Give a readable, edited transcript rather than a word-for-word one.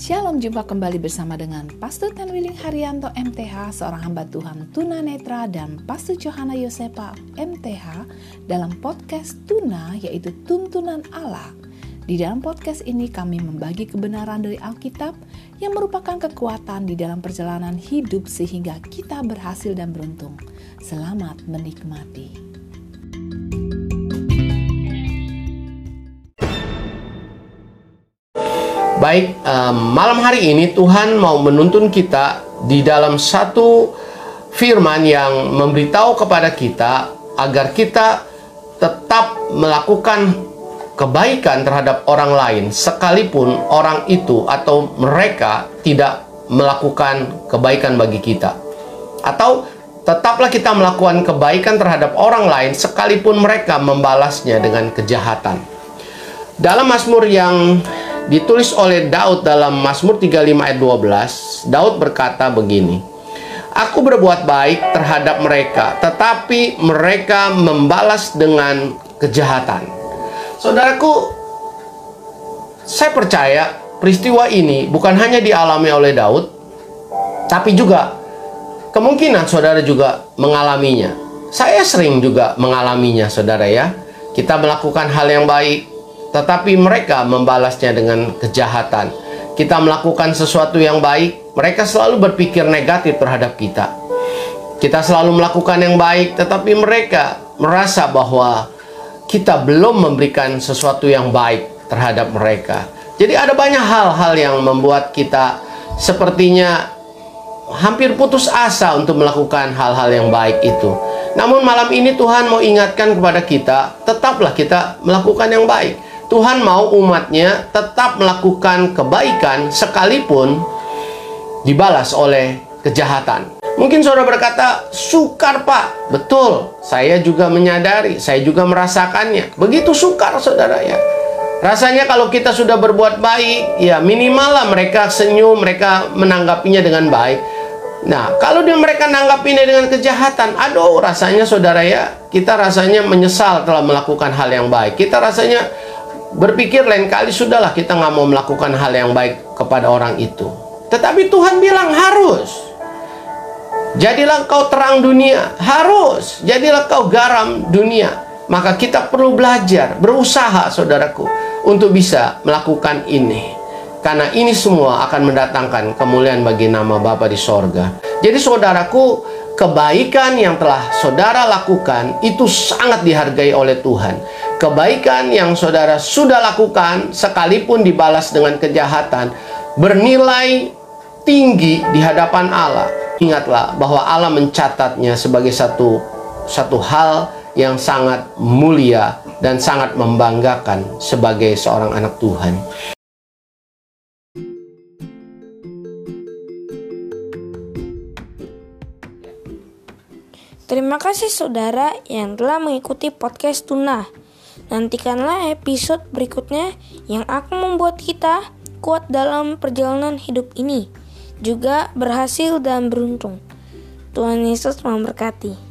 Shalom, jumpa kembali bersama dengan Pastor Tanwiling Haryanto MTH, seorang hamba Tuhan tunanetra, dan Pastor Johanna Yosepa MTH dalam podcast Tuna, yaitu Tuntunan Allah. Di dalam podcast ini kami membagi kebenaran dari Alkitab yang merupakan kekuatan di dalam perjalanan hidup sehingga kita berhasil dan beruntung. Selamat menikmati. Baik, malam hari ini Tuhan mau menuntun kita di dalam satu firman yang memberitahu kepada kita agar kita tetap melakukan kebaikan terhadap orang lain sekalipun orang itu atau mereka tidak melakukan kebaikan bagi kita. Atau tetaplah kita melakukan kebaikan terhadap orang lain sekalipun mereka membalasnya dengan kejahatan. Dalam Mazmur yang ditulis oleh Daud dalam Mazmur 35 ayat 12, Daud berkata begini, "Aku berbuat baik terhadap mereka, tetapi mereka membalas dengan kejahatan." Saudaraku, saya percaya peristiwa ini bukan hanya dialami oleh Daud, tapi juga kemungkinan saudara juga mengalaminya. Saya sering juga mengalaminya, saudara ya. Kita melakukan hal yang baik, tetapi mereka membalasnya dengan kejahatan. Kita melakukan sesuatu yang baik, mereka selalu berpikir negatif terhadap kita. Kita selalu melakukan yang baik, tetapi mereka merasa bahwa kita belum memberikan sesuatu yang baik terhadap mereka. Jadi ada banyak hal-hal yang membuat kita sepertinya hampir putus asa untuk melakukan hal-hal yang baik itu. Namun malam ini Tuhan mau ingatkan kepada kita, tetaplah kita melakukan yang baik. Tuhan mau umatnya tetap melakukan kebaikan sekalipun dibalas oleh kejahatan. Mungkin saudara berkata, "Sukar, Pak." Betul, saya juga menyadari, saya juga merasakannya. Begitu sukar, saudara ya. Rasanya kalau kita sudah berbuat baik, ya minimal lah mereka senyum, mereka menanggapinya dengan baik. Nah, kalau mereka menanggapinya dengan kejahatan, aduh rasanya saudara ya, kita rasanya menyesal telah melakukan hal yang baik. Kita rasanya berpikir lain kali, sudahlah kita nggak mau melakukan hal yang baik kepada orang itu. Tetapi Tuhan bilang harus. Jadilah kau terang dunia. Harus. Jadilah kau garam dunia. Maka kita perlu belajar, berusaha saudaraku, untuk bisa melakukan ini. Karena ini semua akan mendatangkan kemuliaan bagi nama Bapa di sorga. Jadi saudaraku, kebaikan yang telah saudara lakukan itu sangat dihargai oleh Tuhan. Kebaikan yang saudara sudah lakukan sekalipun dibalas dengan kejahatan bernilai tinggi di hadapan Allah. Ingatlah bahwa Allah mencatatnya sebagai satu hal yang sangat mulia dan sangat membanggakan sebagai seorang anak Tuhan. Terima kasih saudara yang telah mengikuti podcast Tuna. Nantikanlah episode berikutnya yang akan membuat kita kuat dalam perjalanan hidup ini, juga berhasil dan beruntung. Tuhan Yesus memberkati.